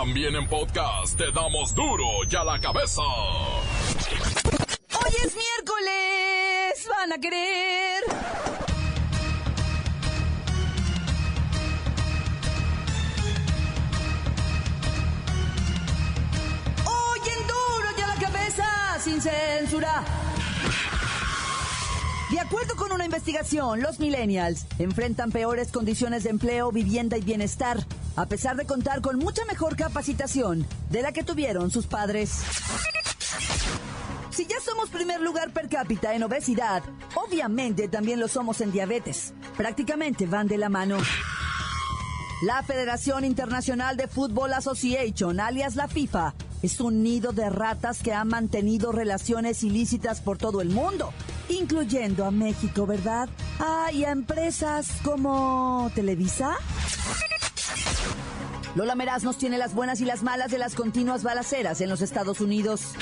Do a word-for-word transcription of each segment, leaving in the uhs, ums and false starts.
También en podcast te damos duro y a la cabeza. Hoy es miércoles, van a querer. Hoy en duro y a la cabeza, sin censura. De acuerdo con una investigación, los millennials enfrentan peores condiciones de empleo, vivienda y bienestar, a pesar de contar con mucha mejor capacitación de la que tuvieron sus padres. Si ya somos primer lugar per cápita en obesidad, obviamente también lo somos en diabetes. Prácticamente van de la mano. La Federación Internacional de Football Association, alias la FIFA, es un nido de ratas que ha mantenido relaciones ilícitas por todo el mundo, incluyendo a México, ¿verdad? Ah, y a empresas como Televisa. Lola Meraz nos tiene las buenas y las malas de las continuas balaceras en los Estados Unidos.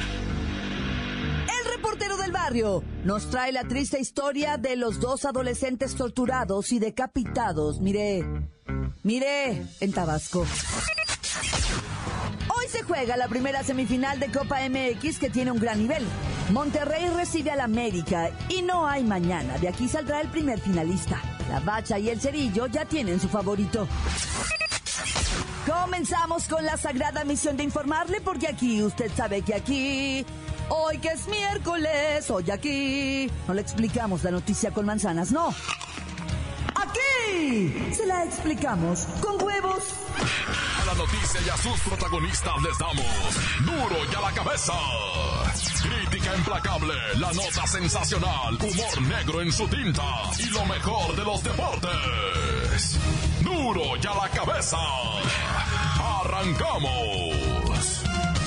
El reportero del barrio nos trae la triste historia de los dos adolescentes torturados y decapitados, mire, mire, en Tabasco. Hoy se juega la primera semifinal de Copa M X que tiene un gran nivel. Monterrey recibe al América y no hay mañana. De aquí saldrá el primer finalista. La Bacha y el Cerillo ya tienen su favorito. Comenzamos con la sagrada misión de informarle, porque aquí, usted sabe que aquí, hoy que es miércoles, hoy aquí, no le explicamos la noticia con manzanas, no. Aquí se la explicamos con huevos. A la noticia y a sus protagonistas les damos duro y a la cabeza. Crítica implacable, la nota sensacional, humor negro en su tinta y lo mejor de los deportes. Duro y a la cabeza. ¡Arrancamos!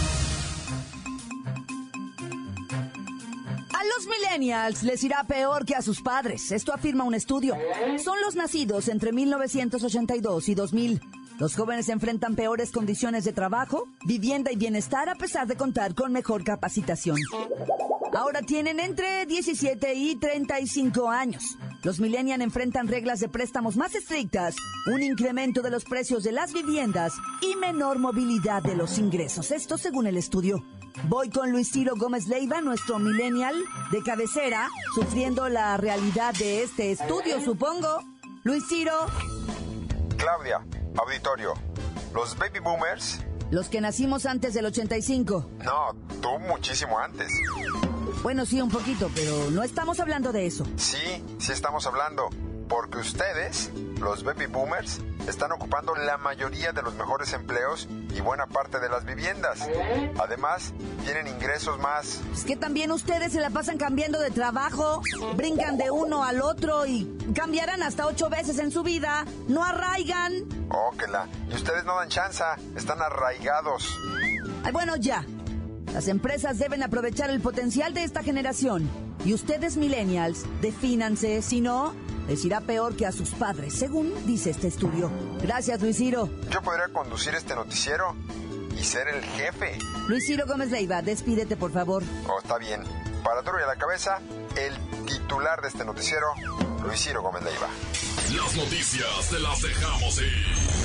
A los millennials les irá peor que a sus padres. Esto afirma un estudio. Son los nacidos entre mil novecientos ochenta y dos y dos mil. Los jóvenes enfrentan peores condiciones de trabajo, vivienda y bienestar a pesar de contar con mejor capacitación. Ahora tienen entre diecisiete y treinta y cinco años. Los millennials enfrentan reglas de préstamos más estrictas, un incremento de los precios de las viviendas y menor movilidad de los ingresos. Esto según el estudio. Voy con Luis Ciro Gómez Leiva, nuestro millennial de cabecera, sufriendo la realidad de este estudio, supongo. Luis Ciro. Claudia, auditorio, los baby boomers... Los que nacimos antes del ochenta y cinco. No, tú muchísimo antes. Bueno, sí, un poquito, pero no estamos hablando de eso. Sí, sí estamos hablando, porque ustedes, los baby boomers, están ocupando la mayoría de los mejores empleos y buena parte de las viviendas. Además, tienen ingresos más... Es que también ustedes se la pasan cambiando de trabajo, brincan de uno al otro y cambiarán hasta ocho veces en su vida. No arraigan. Oh, que la... Y ustedes no dan chanza, están arraigados. Ay, bueno, ya. Las empresas deben aprovechar el potencial de esta generación. Y ustedes, millennials, defínanse, si no, les irá peor que a sus padres, según dice este estudio. Gracias, Luis Ciro. Yo podría conducir este noticiero y ser el jefe. Luis Ciro Gómez Leiva, despídete, por favor. Oh, está bien. Para duro y a la cabeza, el titular de este noticiero, Luis Ciro Gómez Leiva. Las noticias te las dejamos ir.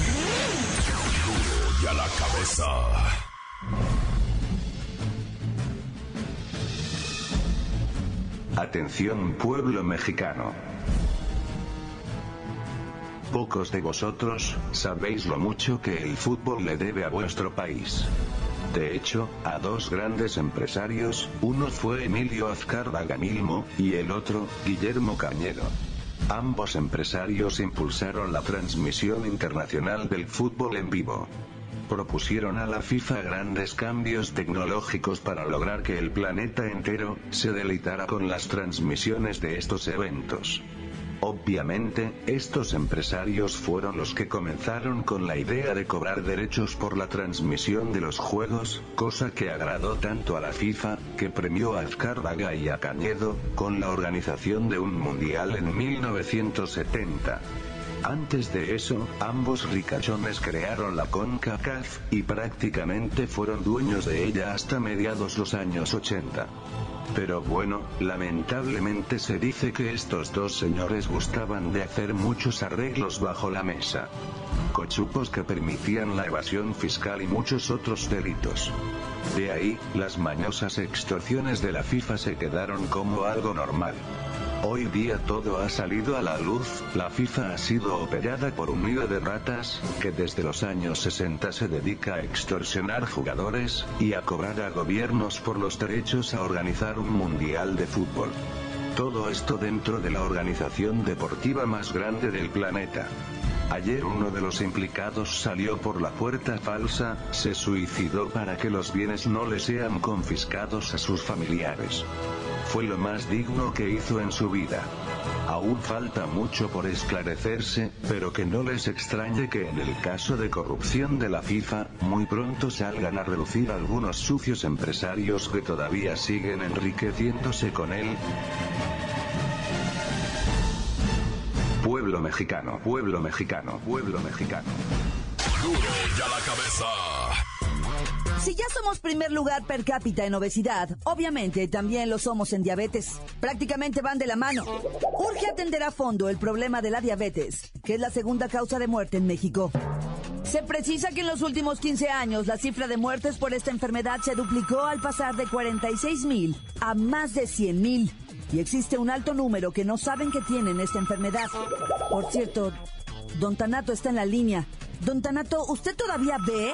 Duro y a la cabeza. Atención, pueblo mexicano. Pocos de vosotros sabéis lo mucho que el fútbol le debe a vuestro país. De hecho, a dos grandes empresarios, uno fue Emilio Azcárraga Milmo, y el otro, Guillermo Cañedo. Ambos empresarios impulsaron la transmisión internacional del fútbol en vivo. Propusieron a la FIFA grandes cambios tecnológicos para lograr que el planeta entero se deleitara con las transmisiones de estos eventos. Obviamente, estos empresarios fueron los que comenzaron con la idea de cobrar derechos por la transmisión de los juegos, cosa que agradó tanto a la FIFA, que premió a Azcárraga y a Cañedo con la organización de un mundial en mil novecientos setenta. Antes de eso, ambos ricachones crearon la CONCACAF, y prácticamente fueron dueños de ella hasta mediados los años ochenta. Pero bueno, lamentablemente se dice que estos dos señores gustaban de hacer muchos arreglos bajo la mesa. Cochupos que permitían la evasión fiscal y muchos otros delitos. De ahí, las mañosas extorsiones de la FIFA se quedaron como algo normal. Hoy día todo ha salido a la luz, la FIFA ha sido operada por un nido de ratas, que desde los años sesenta se dedica a extorsionar jugadores, y a cobrar a gobiernos por los derechos a organizar un mundial de fútbol. Todo esto dentro de la organización deportiva más grande del planeta. Ayer uno de los implicados salió por la puerta falsa, se suicidó para que los bienes no le sean confiscados a sus familiares. Fue lo más digno que hizo en su vida. Aún falta mucho por esclarecerse, pero que no les extrañe que en el caso de corrupción de la FIFA, muy pronto salgan a relucir algunos sucios empresarios que todavía siguen enriqueciéndose con él. Pueblo mexicano, pueblo mexicano, pueblo mexicano. Duro y a la cabeza. Si ya somos primer lugar per cápita en obesidad, obviamente también lo somos en diabetes. Prácticamente van de la mano. Urge atender a fondo el problema de la diabetes, que es la segunda causa de muerte en México. Se precisa que en los últimos quince años la cifra de muertes por esta enfermedad se duplicó al pasar de cuarenta y seis mil a más de cien mil. Y existe un alto número que no saben que tienen esta enfermedad. Por cierto, don Tanato está en la línea. Don Tanato, ¿usted todavía ve?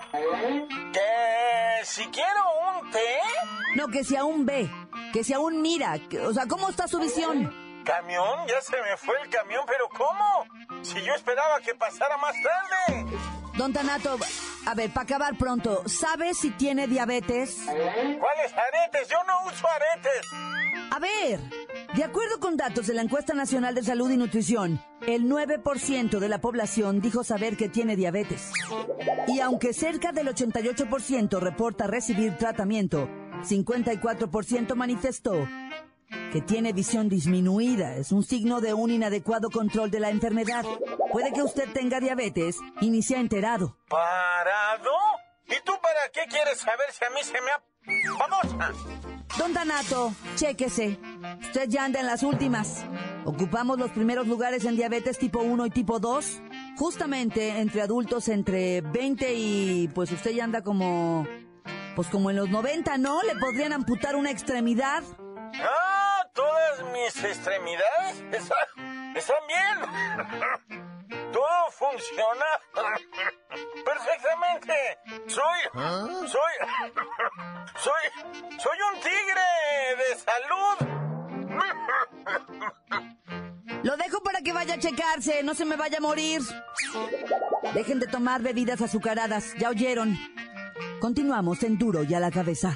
¿Que si quiero un té? No, que si aún ve, que si aún mira. Que, o sea, ¿cómo está su visión? ¿Camión? Ya se me fue el camión, ¿pero cómo? Si yo esperaba que pasara más tarde. Don Tanato, a ver, para acabar pronto, ¿sabe si tiene diabetes? ¿Cuáles aretes? Yo no uso aretes. A ver, de acuerdo con datos de la Encuesta Nacional de Salud y Nutrición, el nueve por ciento de la población dijo saber que tiene diabetes. Y aunque cerca del ochenta y ocho por ciento reporta recibir tratamiento, cincuenta y cuatro por ciento manifestó que tiene visión disminuida. Es un signo de un inadecuado control de la enfermedad. Puede que usted tenga diabetes y ni se ha enterado. ¿Parado? ¿Y tú para qué quieres saber si a mí se me ha... ¡Vamos! Don Tanato, chéquese. Usted ya anda en las últimas. Ocupamos los primeros lugares en diabetes tipo uno y tipo dos. Justamente entre adultos entre veinte y... Pues usted ya anda como... Pues como en los noventa, ¿no? ¿Le podrían amputar una extremidad? ¡Ah! ¿Todas mis extremidades están, están bien? Todo funciona perfectamente. Soy... ¿Ah? Soy... Soy... Soy un tigre de salud. Lo dejo para que vaya a checarse, no se me vaya a morir. Dejen de tomar bebidas azucaradas, ya oyeron. Continuamos en Duro y a la Cabeza.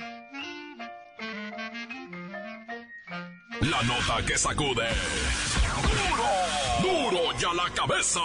La nota que sacude. ¡Duro! ¡Duro y a la cabeza!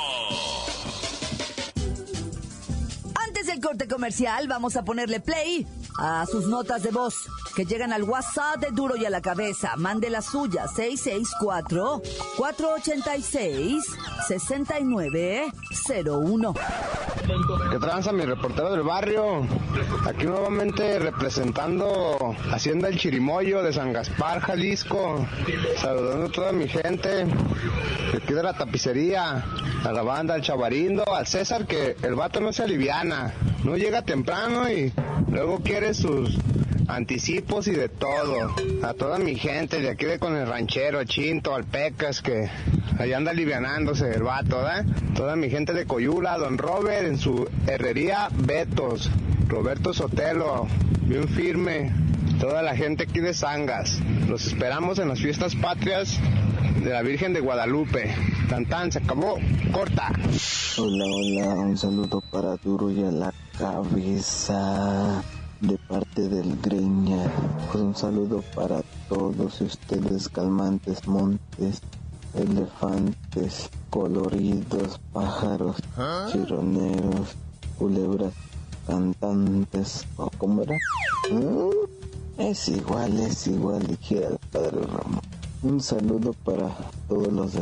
Antes del corte comercial, vamos a ponerle play a sus notas de voz que llegan al WhatsApp de Duro y a la Cabeza. Mande la suya, seis seis cuatro, cuatro ocho seis, seis nueve cero uno. ¿Qué tranza, mi reportero del barrio? Aquí nuevamente representando Hacienda El Chirimoyo de San Gaspar, Jalisco. Saludando a toda mi gente de aquí de la tapicería, a la banda, al Chavarindo, al César, que el vato no se aliviana, no llega temprano y luego quiere sus anticipos y de todo. A toda mi gente de aquí de con el ranchero, Chinto, al Pecas, que allá anda alivianándose el vato, ¿eh? Toda mi gente de Coyula, don Robert en su herrería Betos, Roberto Sotelo, bien firme. Toda la gente aquí de Sangas, los esperamos en las fiestas patrias de la Virgen de Guadalupe. Tan tan, se acabó, corta. Hola, hola, un saludo para Duro y a la Cabeza, de parte del Greña. Pues un saludo para todos ustedes, calmantes, montes, elefantes, coloridos, pájaros, ¿ah? Chironeros, culebras, cantantes, o cómo era, ¿Mm? es igual, es igual, dijera el padre Ramón. Un saludo para todos los de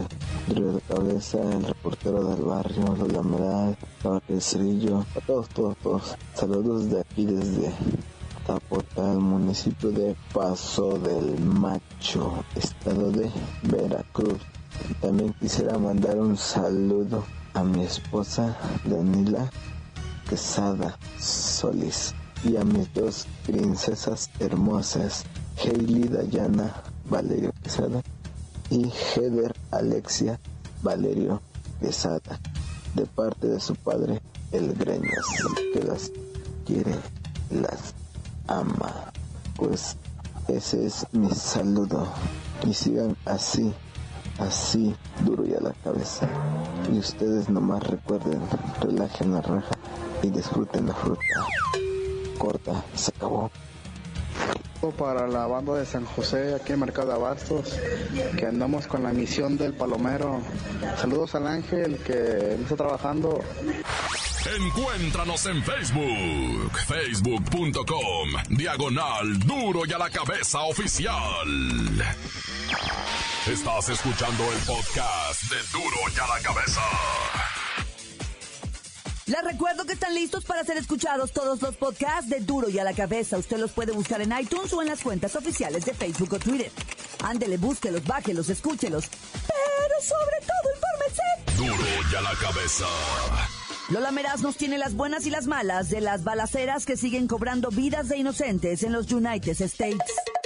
Duro y a la cabeza, el reportero del barrio, los Lameral, el Cerillo, a todos, todos, todos. Saludos de aquí desde Tapota, el municipio de Paso del Macho, estado de Veracruz. También quisiera mandar un saludo a mi esposa Danila Quesada Solís y a mis dos princesas hermosas, Hailey Dayana Valerio Quesada y Heather Alexia Valerio Quesada, de parte de su padre el Greñas, que las quiere, las ama. Pues ese es mi saludo, y sigan así, así duro y a la cabeza. Y ustedes nomás recuerden, relajen la raja y disfruten la fruta. Corta, se acabó. Para la banda de San José, aquí en Mercado de Abastos, que andamos con la misión del Palomero. Saludos al Ángel, que está trabajando. Encuéntranos en Facebook, facebook punto com, diagonal Duro y a la Cabeza Oficial. Estás escuchando el podcast de Duro y a la Cabeza. Les recuerdo que están listos para ser escuchados todos los podcasts de Duro y a la Cabeza. Usted los puede buscar en iTunes o en las cuentas oficiales de Facebook o Twitter. Ándele, búsquelos, bájelos, escúchelos. Pero sobre todo, infórmense. Duro y a la Cabeza. Lola Meraz nos tiene las buenas y las malas de las balaceras que siguen cobrando vidas de inocentes en los United States.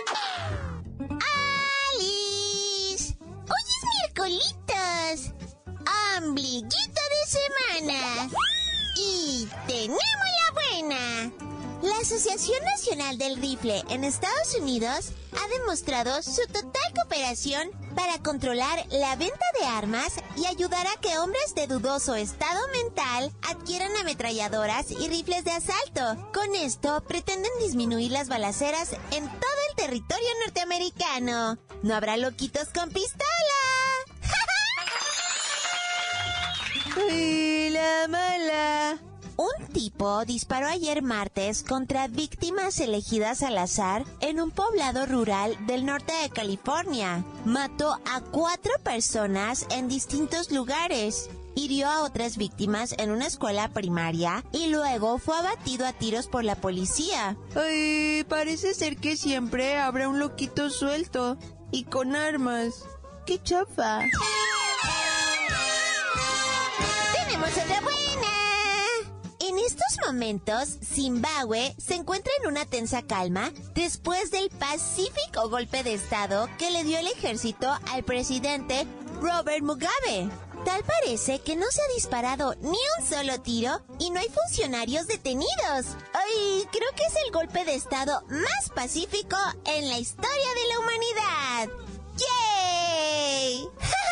¡Alice! ¡Hoy es miércolitos! ¡Ombliguito de semana! ¡Y tenemos la buena! La Asociación Nacional del Rifle en Estados Unidos ha demostrado su total cooperación para controlar la venta de armas y ayudar a que hombres de dudoso estado mental adquieran ametralladoras y rifles de asalto. Con esto pretenden disminuir las balaceras en todo el territorio norteamericano. ¿No habrá loquitos con pistola? ¡Ay, la mala! Un tipo disparó ayer martes contra víctimas elegidas al azar en un poblado rural del norte de California. Mató a cuatro personas en distintos lugares. Hirió a otras víctimas en una escuela primaria y luego fue abatido a tiros por la policía. Ay, parece ser que siempre habrá un loquito suelto y con armas. ¡Qué chafa! ¡Tenemos otra buena! En estos momentos, Zimbabue se encuentra en una tensa calma después del pacífico golpe de estado que le dio el ejército al presidente Robert Mugabe. Tal parece que no se ha disparado ni un solo tiro y no hay funcionarios detenidos. Ay, creo que es el golpe de estado más pacífico en la historia de la humanidad. ¡Yay!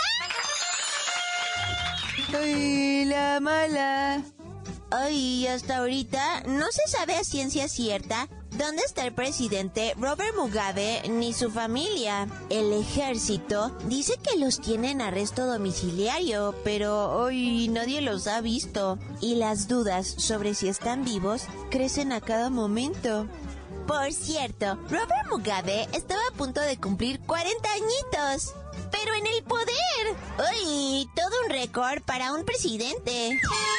¡Ay, la mala! Ay, hasta ahorita no se sabe a ciencia cierta dónde está el presidente Robert Mugabe ni su familia. El ejército dice que los tiene en arresto domiciliario, pero hoy nadie los ha visto. Y las dudas sobre si están vivos crecen a cada momento. Por cierto, Robert Mugabe estaba a punto de cumplir cuarenta añitos, pero en el poder. ¡Uy! Todo un récord para un presidente.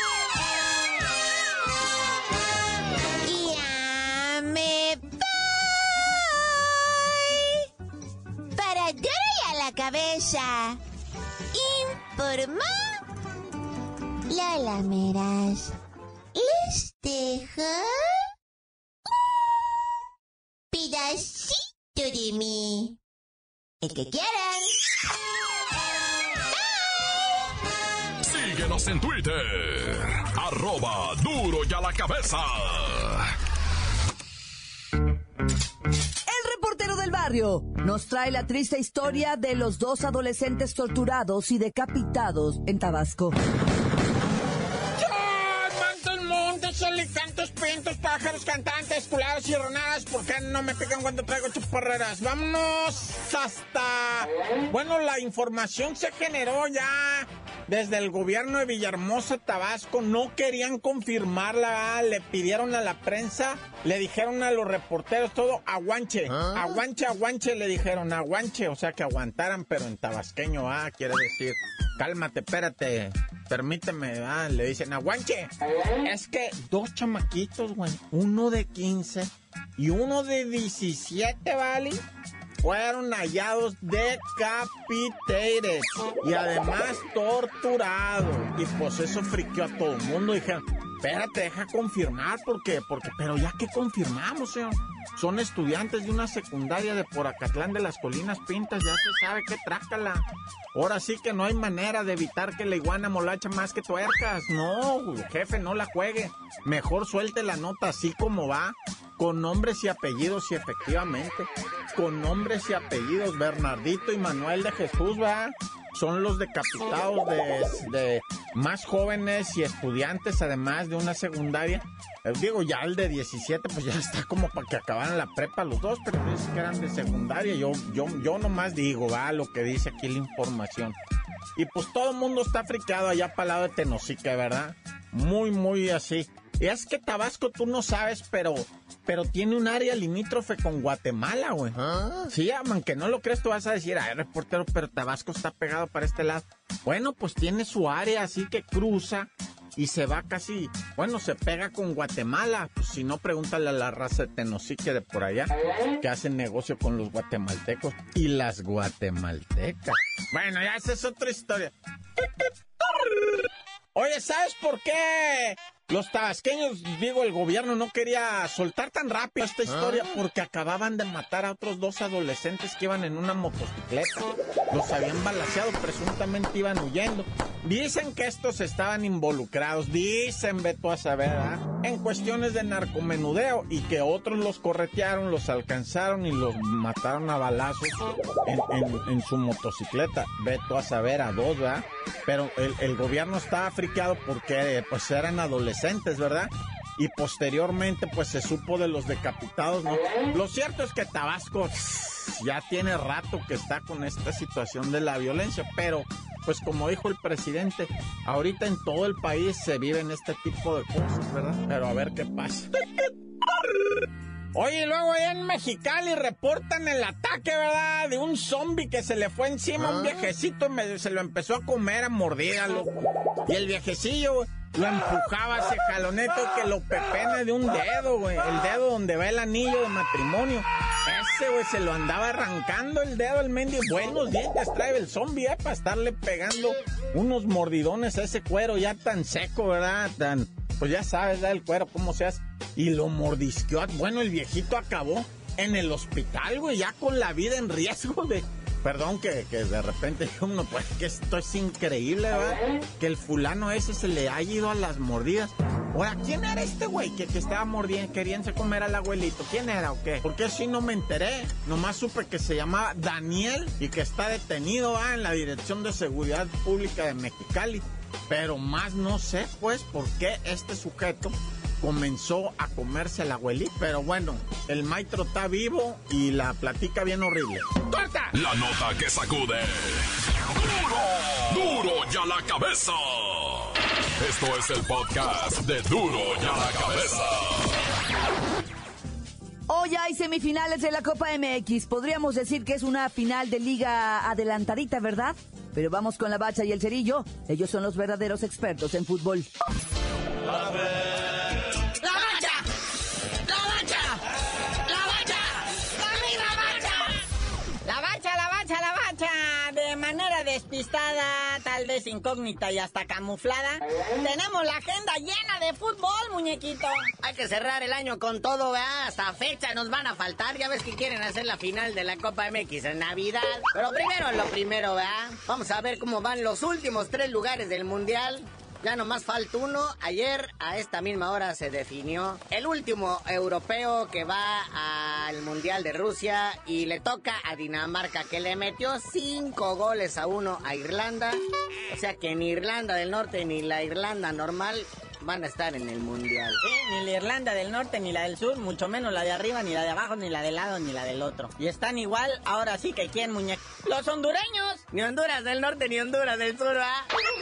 ¡Ya me voy! Para Duro y a la Cabeza, informó Lola Meraz. Les dejo pedacito de mí. El que quieran. Síguenos en Twitter, arroba Duro y a la Cabeza. El reportero del barrio nos trae la triste historia de los dos adolescentes torturados y decapitados en Tabasco. Tantos pintos, pájaros, cantantes, culados y ronadas, ¿por qué no me pegan cuando traigo chuparreras? Vámonos hasta... Bueno, la información se generó ya desde el gobierno de Villahermosa, Tabasco, no querían confirmarla, le pidieron a la prensa, le dijeron a los reporteros todo, aguanche, ¿Ah? aguanche, aguanche, le dijeron, aguanche, o sea que aguantaran, pero en tabasqueño, ah, quiere decir, cálmate, espérate, permíteme, ah, le dicen, aguanche. Es que dos chamaquitos, güey, uno de quince y uno de diecisiete, ¿vale? Fueron hallados decapitados y además torturados. Y pues eso friqueó a todo el mundo. Dijeron, espérate, deja confirmar, porque, porque, pero ya que confirmamos, señor. Son estudiantes de una secundaria de Poracatlán de las Colinas Pintas, ya se sabe que trácala. Ahora sí que no hay manera de evitar que la iguana molacha más que tuercas. No, jefe, no la juegue. Mejor suelte la nota así como va, con nombres y apellidos, y efectivamente, con nombres y apellidos, Bernardito y Manuel de Jesús, va. Son los decapitados de, de más jóvenes y estudiantes, además de una secundaria. Eh, digo, ya el de diecisiete, pues ya está como para que acabaran la prepa los dos, pero dicen que eran de secundaria. Yo, yo, yo nomás digo, va, lo que dice aquí la información. Y pues todo el mundo está friqueado allá para el lado de Tenosique, ¿verdad? Muy, muy así. Y es que Tabasco, tú no sabes, pero pero tiene un área limítrofe con Guatemala, güey. ¿Ah? Sí, aunque no lo crees, tú vas a decir, ay, reportero, pero Tabasco está pegado para este lado. Bueno, pues tiene su área, así que cruza y se va casi, bueno, se pega con Guatemala. Pues si no, pregúntale a la raza de Tenosique de por allá, que hacen negocio con los guatemaltecos y las guatemaltecas. Bueno, ya esa es otra historia. Oye, ¿sabes por qué los tabasqueños, digo, el gobierno no quería soltar tan rápido esta historia? ¿Ah? Porque acababan de matar a otros dos adolescentes que iban en una motocicleta. Los habían balaceado, presuntamente iban huyendo. Dicen que estos estaban involucrados, dicen, ve tú a saber, ¿eh? en cuestiones de narcomenudeo, y que otros los corretearon, los alcanzaron y los mataron a balazos en, en, en su motocicleta. Ve tú a saber, a dos, ¿verdad? Pero el, el gobierno estaba friqueado porque pues eran adolescentes, ¿verdad? Y posteriormente pues se supo de los decapitados, ¿no? Lo cierto es que Tabasco ya tiene rato que está con esta situación de la violencia, pero pues como dijo el presidente, ahorita en todo el país se viven este tipo de cosas, ¿verdad? Pero a ver qué pasa. Oye, luego allá en Mexicali reportan el ataque, ¿verdad? De un zombie que se le fue encima a un viejecito, me, se lo empezó a comer a mordida, loco. Y el viejecillo lo empujaba ese jaloneto que lo pepena de un dedo, güey. El dedo donde va el anillo de matrimonio. Ese, güey, se lo andaba arrancando el dedo al mendigo. Buenos dientes trae el zombie, ¿eh? Para estarle pegando unos mordidones a ese cuero ya tan seco, ¿verdad? Tan... Pues ya sabes, ¿verdad? El cuero, cómo se hace. Y lo mordisqueó. Bueno, el viejito acabó en el hospital, güey, ya con la vida en riesgo de... Perdón que, que de repente uno, pues, que esto es increíble, ¿verdad? Que el fulano ese se le haya ido a las mordidas. Ahora, ¿quién era este güey que, que estaba mordiendo, queriéndose comer al abuelito? ¿Quién era o qué? Porque así no me enteré. Nomás supe que se llamaba Daniel y que está detenido, ¿verdad? En la Dirección de Seguridad Pública de Mexicali. Pero más no sé, pues, por qué este sujeto comenzó a comerse al abuelito. Pero bueno, el maestro está vivo y la platica bien horrible. ¡Corta! La nota que sacude. ¡Duro! ¡Duro ya la cabeza! Esto es el podcast de Duro ya la cabeza. Hoy hay semifinales de la Copa M X. Podríamos decir que es una final de liga adelantadita, ¿verdad? Pero vamos con la Bacha y el Cerillo. Ellos son los verdaderos expertos en fútbol. ¡La Bacha! ¡La Bacha! ¡La Bacha! ¡Arriba, Bacha! La Bacha, la Bacha, la Bacha. De manera despistada, tal vez incógnita y hasta camuflada, tenemos la agenda llena de fútbol, muñequito. Hay que cerrar el año con todo, ¿verdad? Hasta fecha nos van a faltar. Ya ves que quieren hacer la final de la Copa M X en Navidad. Pero primero lo primero, ¿verdad? Vamos a ver cómo van los últimos tres lugares del Mundial. Ya nomás falta uno. Ayer a esta misma hora se definió el último europeo que va al Mundial de Rusia y le toca a Dinamarca, que le metió cinco goles a uno a Irlanda. O sea que ni Irlanda del Norte ni la Irlanda normal van a estar en el Mundial. Sí, ni la Irlanda del Norte, ni la del Sur, mucho menos la de arriba, ni la de abajo, ni la del lado, ni la del otro. Y están igual, ahora sí que quién, muñeco. ¡Los hondureños! Ni Honduras del Norte, ni Honduras del Sur, ¿ah?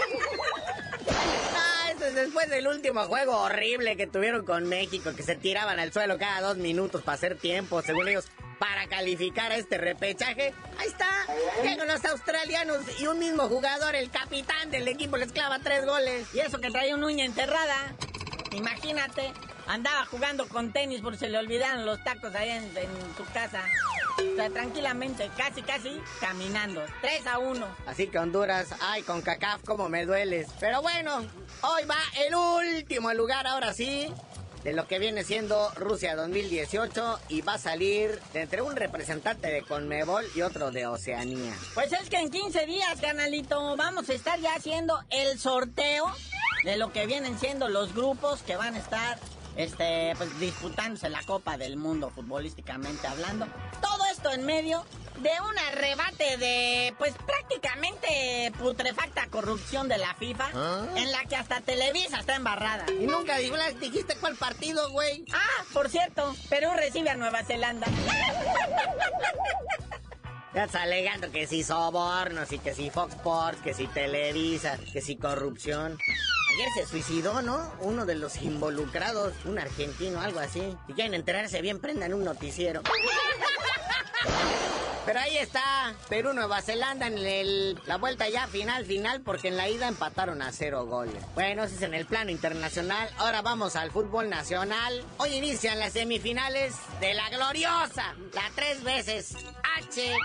Ah, eso es después del último juego horrible que tuvieron con México, que se tiraban al suelo cada dos minutos para hacer tiempo, según ellos, para calificar a este repechaje. Ahí está, llegan los australianos y un mismo jugador, el capitán del equipo, les clava tres goles. Y eso que trae una uña enterrada. Imagínate, andaba jugando con tenis por se le olvidaron los tacos ahí en, en su casa. O sea, tranquilamente, casi, casi, caminando. tres a uno. Así que Honduras, ay, con CACAF, cómo me dueles. Pero bueno, hoy va el último lugar, ahora sí, de lo que viene siendo Rusia dos mil dieciocho, y va a salir de entre un representante de Conmebol y otro de Oceanía. Pues es que en quince días, canalito, vamos a estar ya haciendo el sorteo de lo que vienen siendo los grupos que van a estar este, pues, disputándose la Copa del Mundo futbolísticamente hablando. Todo esto en medio de un arrebate de, pues, prácticamente putrefacta corrupción de la FIFA, ¿ah? En la que hasta Televisa está embarrada. Y nunca dijiste cuál partido, güey. Ah, por cierto, Perú recibe a Nueva Zelanda. Ya está alegando que si sobornos y que si Fox Sports, que si Televisa, que si corrupción. Ayer se suicidó, ¿no? Uno de los involucrados, un argentino, algo así. Si quieren enterarse bien, prendan un noticiero. Pero ahí está, Perú, Nueva Zelanda en el, la vuelta ya final, final, porque en la ida empataron a cero goles. Bueno, eso es en el plano internacional. Ahora vamos al fútbol nacional. Hoy inician las semifinales de la gloriosa, la tres veces H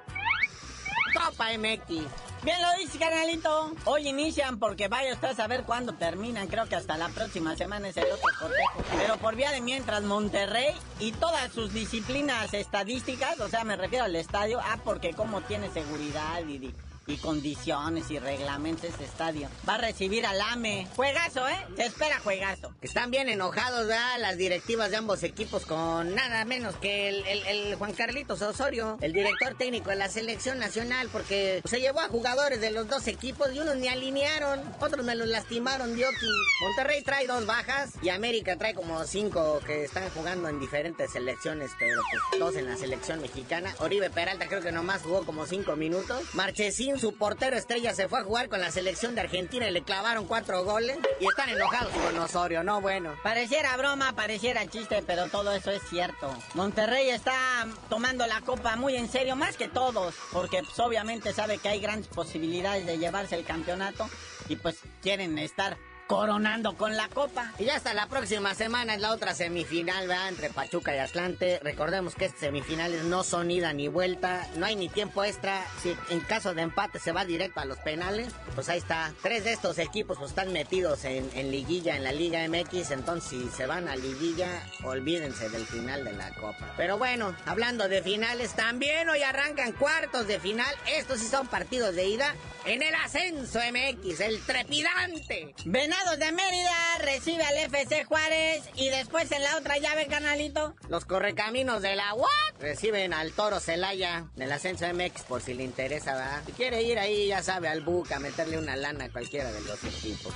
Copa M X. Bien lo dice, canalito. Hoy inician porque vaya usted a saber cuándo terminan. Creo que hasta la próxima semana es el otro cotejo. Pero por vía de mientras, Monterrey y todas sus disciplinas estadísticas, o sea, me refiero al estadio, ah, porque como tiene seguridad y... y condiciones y reglamentos este estadio. Va a recibir al A M E. Juegazo, ¿eh? Se espera juegazo. Están bien enojados, ¿verdad? Las directivas de ambos equipos con nada menos que el, el, el Juan Carlitos Osorio, el director técnico de la selección nacional, porque se llevó a jugadores de los dos equipos y unos ni alinearon, otros me los lastimaron, Dioki. Monterrey trae dos bajas y América trae como cinco que están jugando en diferentes selecciones, pero pues dos en la selección mexicana. Oribe Peralta creo que nomás jugó como cinco minutos. Marchesín, su portero estrella, se fue a jugar con la selección de Argentina y le clavaron cuatro goles y están enojados con Osorio, ¿no? Bueno. Pareciera broma, pareciera chiste, pero todo eso es cierto. Monterrey está tomando la Copa muy en serio, más que todos, porque pues, obviamente sabe que hay grandes posibilidades de llevarse el campeonato y pues quieren estar coronando con la Copa. Y ya hasta la próxima semana es la otra semifinal, ¿verdad? Entre Pachuca y Atlante. Recordemos que estas semifinales no son ida ni vuelta, no hay ni tiempo extra. Si en caso de empate se va directo a los penales, pues ahí está. Tres de estos equipos pues, están metidos en, en liguilla, en la Liga M X, entonces si se van a liguilla, olvídense del final de la Copa. Pero bueno, hablando de finales, también hoy arrancan cuartos de final. Estos sí son partidos de ida en el Ascenso M X, el trepidante Venados de Mérida recibe al F C Juárez y después en la otra llave, canalito, los Correcaminos de la U A P reciben al Toro Celaya del Ascenso M X, por si le interesa, ¿verdad? Si quiere ir ahí, ya sabe, al Buca, meterle una lana a cualquiera de los equipos.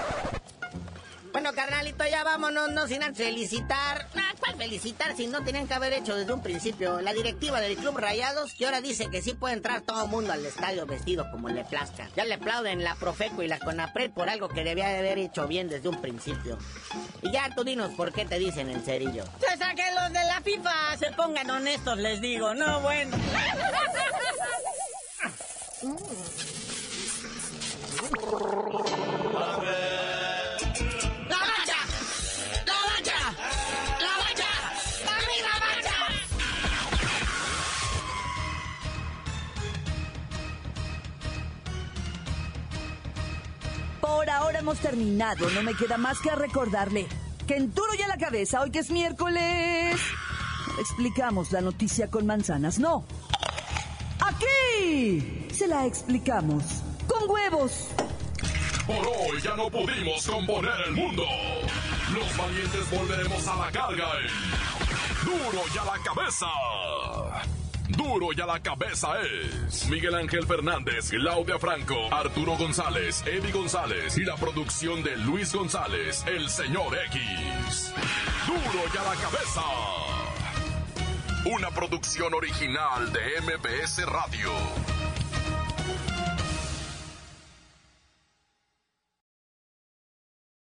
Bueno, carnalito, ya vámonos, no sin antes felicitar. Nah, ¿cuál felicitar si no tenían que haber hecho desde un principio? La directiva del Club Rayados, que ahora dice que sí puede entrar todo el mundo al estadio vestido como le plazca. Ya le aplauden la Profeco y la Conapred por algo que debía de haber hecho bien desde un principio. Y ya tú dinos por qué te dicen el cerillo. Pues a que los de la FIFA se pongan honestos, les digo, no bueno. Por ahora hemos terminado. No me queda más que recordarle que en Duro y a la Cabeza, hoy que es miércoles, no le explicamos la noticia con manzanas, no. Aquí se la explicamos con huevos. Por hoy ya no pudimos componer el mundo. Los valientes volveremos a la carga en Duro y a la Cabeza. Duro y a la cabeza es Miguel Ángel Fernández, Claudia Franco, Arturo González, Eddie González y la producción de Luis González, el señor X. Duro y a la cabeza. Una producción original de M B S Radio.